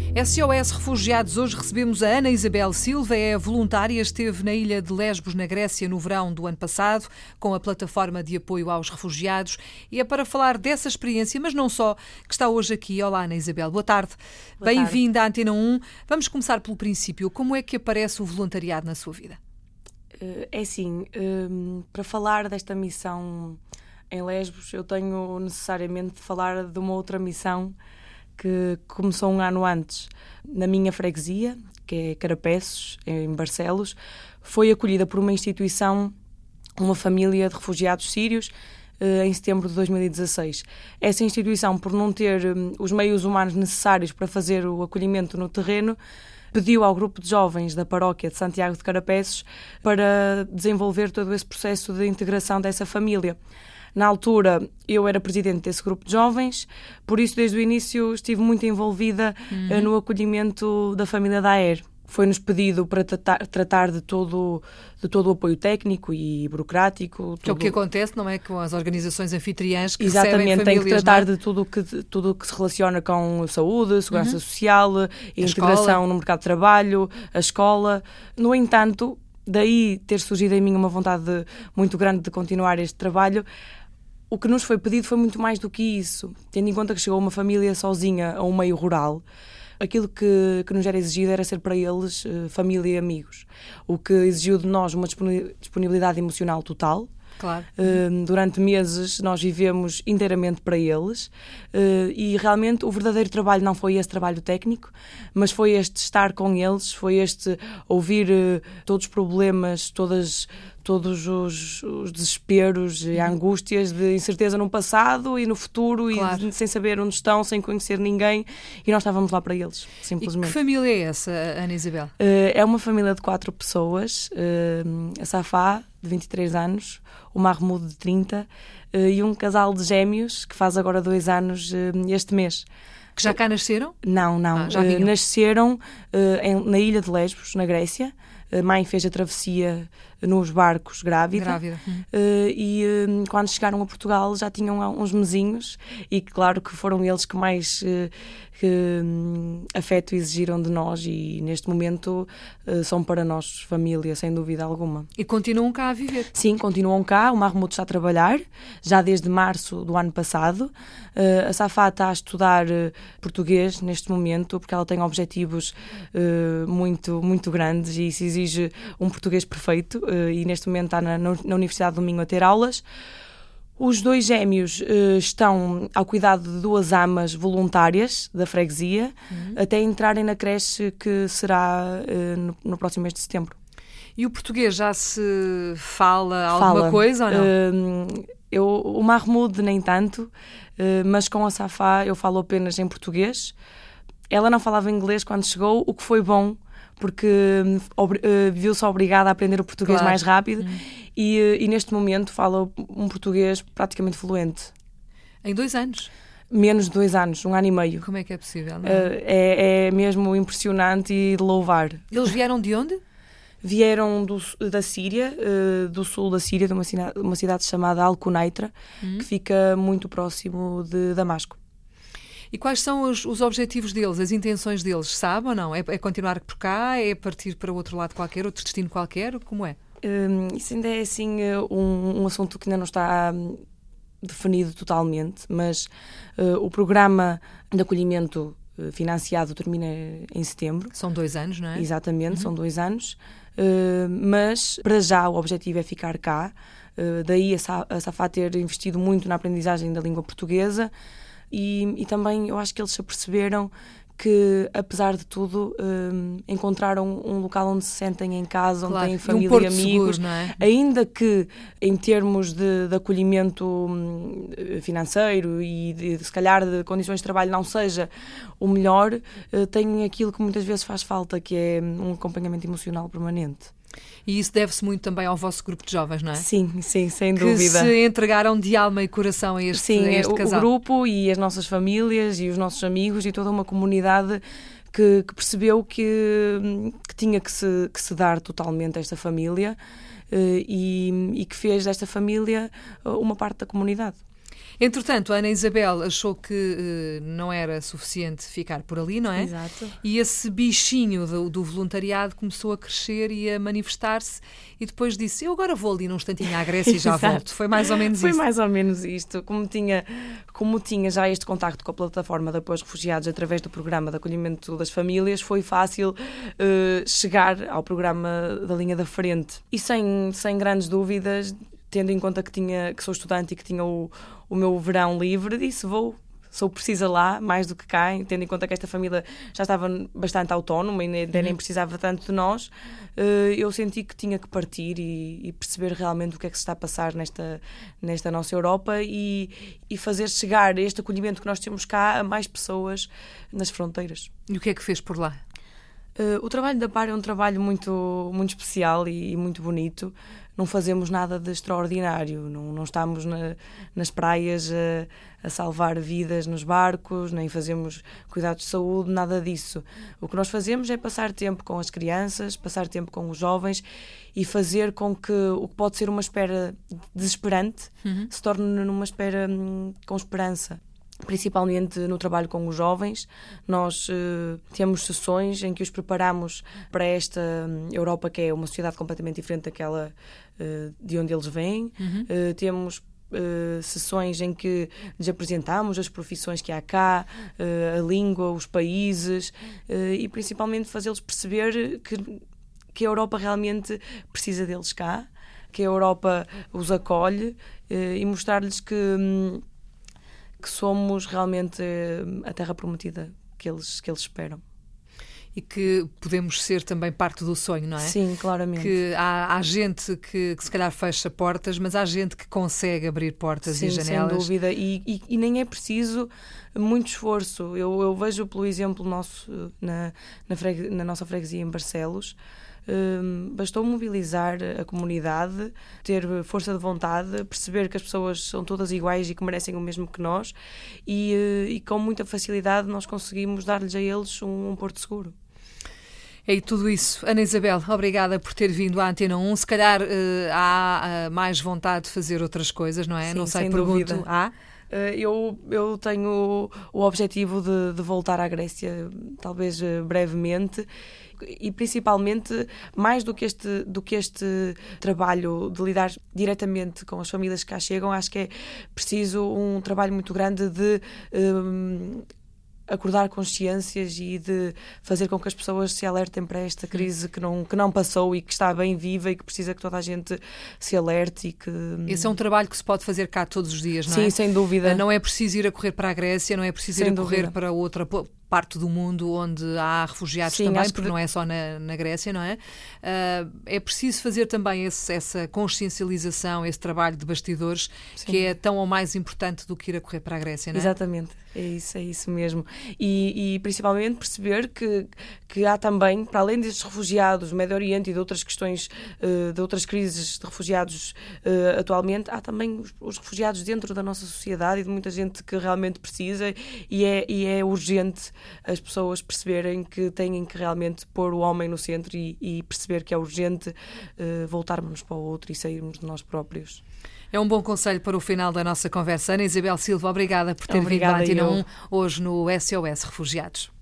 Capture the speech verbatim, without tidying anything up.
S O S Refugiados, hoje recebemos a Ana Isabel Silva, é voluntária, esteve na ilha de Lesbos, na Grécia, no verão do ano passado, com a plataforma de apoio aos refugiados, e é para falar dessa experiência, mas não só, que está hoje aqui. Olá, Ana Isabel, boa tarde. Bem-vinda à Antena um. Vamos começar pelo princípio. Como é que aparece o voluntariado na sua vida? É assim, para falar desta missão em Lesbos, eu tenho necessariamente de falar de uma outra missão que começou um ano antes, na minha freguesia, que é Carapeços, em Barcelos. Foi acolhida por uma instituição, uma família de refugiados sírios, em setembro de dois mil e dezasseis. Essa instituição, por não ter os meios humanos necessários para fazer o acolhimento no terreno, pediu ao grupo de jovens da paróquia de Santiago de Carapeços para desenvolver todo esse processo de integração dessa família. Na altura, eu era presidente desse grupo de jovens, por isso, desde o início, estive muito envolvida uhum. no acolhimento da família da A E R. Foi-nos pedido para tratar, tratar de, todo, de todo o apoio técnico e burocrático. Que é o que acontece, não é? Com as organizações anfitriãs que Exatamente, recebem famílias, tem que tratar não é? de tudo que, tudo o que se relaciona com saúde, segurança uhum. social, a integração escola. No mercado de trabalho, a escola. No entanto, daí ter surgido em mim uma vontade muito grande de continuar este trabalho. O que nos foi pedido foi muito mais do que isso. Tendo em conta que chegou uma família sozinha a um meio rural, aquilo que, que nos era exigido era ser para eles uh, família e amigos. O que exigiu de nós uma disponibilidade emocional total. Claro. Uh, durante meses nós vivemos inteiramente para eles uh, e realmente o verdadeiro trabalho não foi esse trabalho técnico, mas foi este estar com eles, foi este ouvir uh, todos os problemas, todas... todos os, os desesperos e angústias de incerteza no passado e no futuro, claro. E de, sem saber onde estão, sem conhecer ninguém, e nós estávamos lá para eles, simplesmente. E que família é essa, Ana Isabel? Uh, é uma família de quatro pessoas, uh, a Safá, de vinte e três anos, o Mahmoud, de trinta, uh, e um casal de gêmeos, que faz agora dois anos uh, este mês. Que já cá nasceram? Não, não. Ah, já uh, nasceram uh, em, na ilha de Lesbos, na Grécia. A mãe fez a travessia nos barcos grávida, grávida. Hum. Uh, e uh, quando chegaram a Portugal já tinham uns mesinhos e claro que foram eles que mais uh, que, um, afeto exigiram de nós e neste momento uh, são para nós família, sem dúvida alguma. E continuam cá a viver? Sim, continuam cá. O Mahmoud está a trabalhar já desde março do ano passado. Uh, a Safá está a estudar uh, português neste momento porque ela tem objetivos uh, muito, muito grandes e isso exige um português perfeito. Uh, e neste momento está na, na Universidade do Minho a ter aulas. Os dois gêmeos uh, estão ao cuidado de duas amas voluntárias da freguesia uhum. até entrarem na creche que será uh, no, no próximo mês de setembro. E o português já se fala alguma fala. coisa ou não? Uh, eu, o Mahmoud nem tanto, uh, mas com a Safá eu falo apenas em português. Ela não falava inglês quando chegou, o que foi bom, porque uh, viu-se obrigada a aprender o português claro. mais rápido hum. e, uh, e neste momento fala um português praticamente fluente. Em dois anos? Menos de dois anos, um ano e meio. Como é que é possível? Não é? Uh, é, é mesmo impressionante e de louvar. Eles vieram de onde? Vieram do, da Síria, uh, do sul da Síria, de uma cidade, uma cidade chamada Al-Quneitra, hum. que fica muito próximo de Damasco. E quais são os, os objetivos deles, as intenções deles? Sabe ou não? É, é continuar por cá? É partir para outro lado qualquer, outro destino qualquer? Como é? Um, isso ainda é assim um, um assunto que ainda não está um, definido totalmente, mas uh, o programa de acolhimento uh, financiado termina em setembro. São dois anos, não é? Exatamente, uhum. são dois anos. Uh, mas para já o objetivo é ficar cá. Uh, daí a Safá ter investido muito na aprendizagem da língua portuguesa. E, e também eu acho que eles se aperceberam que, apesar de tudo, um, encontraram um local onde se sentem em casa, onde claro. têm família e um e amigos, seguro, não é? Ainda que em termos de, de acolhimento financeiro e de, se calhar de condições de trabalho não seja o melhor, uh, têm aquilo que muitas vezes faz falta, que é um acompanhamento emocional permanente. E isso deve-se muito também ao vosso grupo de jovens, não é? Sim, sim, sem que dúvida. Que se entregaram de alma e coração a este, sim, a este o, casal. o grupo e as nossas famílias e os nossos amigos e toda uma comunidade que, que percebeu que, que tinha que se, que se dar totalmente a esta família uh, e, e que fez desta família uma parte da comunidade. Entretanto, a Ana Isabel achou que uh, não era suficiente ficar por ali, não é? Exato. E esse bichinho do, do voluntariado começou a crescer e a manifestar-se e depois disse, eu agora vou ali num instantinho à Grécia e já volto. Foi mais ou menos Foi isso. Foi mais ou menos isto. Como tinha, como tinha já este contacto com a plataforma de apoio aos refugiados através do programa de acolhimento das famílias, foi fácil uh, chegar ao programa da linha da frente. E sem, sem grandes dúvidas, tendo em conta que, tinha, que sou estudante e que tinha o, o meu verão livre, disse, vou, sou precisa lá, mais do que cá, tendo em conta que esta família já estava bastante autónoma e nem, uhum. nem precisava tanto de nós, eu senti que tinha que partir e, e perceber realmente o que é que se está a passar nesta, nesta nossa Europa e, e fazer chegar este acolhimento que nós temos cá a mais pessoas nas fronteiras. E o que é que fez por lá? Uh, o trabalho da P A R é um trabalho muito, muito especial e, e muito bonito. Não fazemos nada de extraordinário, não, não estamos na, nas praias a, a salvar vidas nos barcos, nem fazemos cuidados de saúde, nada disso. O que nós fazemos é passar tempo com as crianças, passar tempo com os jovens e fazer com que o que pode ser uma espera desesperante uhum. se torne numa espera hum, com esperança. Principalmente no trabalho com os jovens, nós uh, temos sessões em que os preparamos para esta um, Europa que é uma sociedade completamente diferente daquela uh, de onde eles vêm. Uhum. Uh, temos uh, sessões em que lhes apresentamos as profissões que há cá, uh, a língua, os países uh, e principalmente fazê-los perceber que, que a Europa realmente precisa deles cá, que a Europa os acolhe uh, e mostrar-lhes que... Um, que somos realmente a terra prometida que eles, que eles esperam. E que podemos ser também parte do sonho, não é? Sim, claramente. Que há, há gente que, que se calhar fecha portas, mas há gente que consegue abrir portas Sim, e janelas. Sem dúvida. E, e, e nem é preciso muito esforço. Eu, eu vejo pelo exemplo nosso na, na, fregue, na nossa freguesia em Barcelos. Um, bastou mobilizar a comunidade, ter força de vontade, perceber que as pessoas são todas iguais e que merecem o mesmo que nós e, e com muita facilidade nós conseguimos dar-lhes a eles um, um porto seguro. É tudo isso. Ana Isabel, obrigada por ter vindo à Antena um. Se calhar uh, há uh, mais vontade de fazer outras coisas, não é? Sim, não sei, sem pergunto. Dúvida. Há? Uh, eu, eu tenho o objetivo de, de voltar à Grécia, talvez uh, brevemente. E principalmente, mais do que, este, do que este trabalho de lidar diretamente com as famílias que cá chegam, acho que é preciso um trabalho muito grande de um, acordar consciências e de fazer com que as pessoas se alertem para esta crise que não, que não passou e que está bem viva e que precisa que toda a gente se alerte. E que... Esse é um trabalho que se pode fazer cá todos os dias, não Sim, é? Sim, sem dúvida. Não é preciso ir a correr para a Grécia, não é preciso sem ir a correr dúvida. para outra parte do mundo onde há refugiados Sim, também, porque que... não é só na, na Grécia, não é? Uh, é preciso fazer também esse, essa consciencialização, esse trabalho de bastidores, Sim. que é tão ou mais importante do que ir a correr para a Grécia, não é? Exatamente, é isso, é isso mesmo. E, e principalmente perceber que, que há também, para além destes refugiados do Médio Oriente e de outras questões, uh, de outras crises de refugiados uh, atualmente, há também os, os refugiados dentro da nossa sociedade e de muita gente que realmente precisa e é, e é urgente as pessoas perceberem que têm que realmente pôr o homem no centro e, e perceber que é urgente uh, voltarmos para o outro e sairmos de nós próprios. É um bom conselho para o final da nossa conversa. Ana Isabel Silva, obrigada por ter Obrigada vindo à Antena eu. um hoje no S O S Refugiados.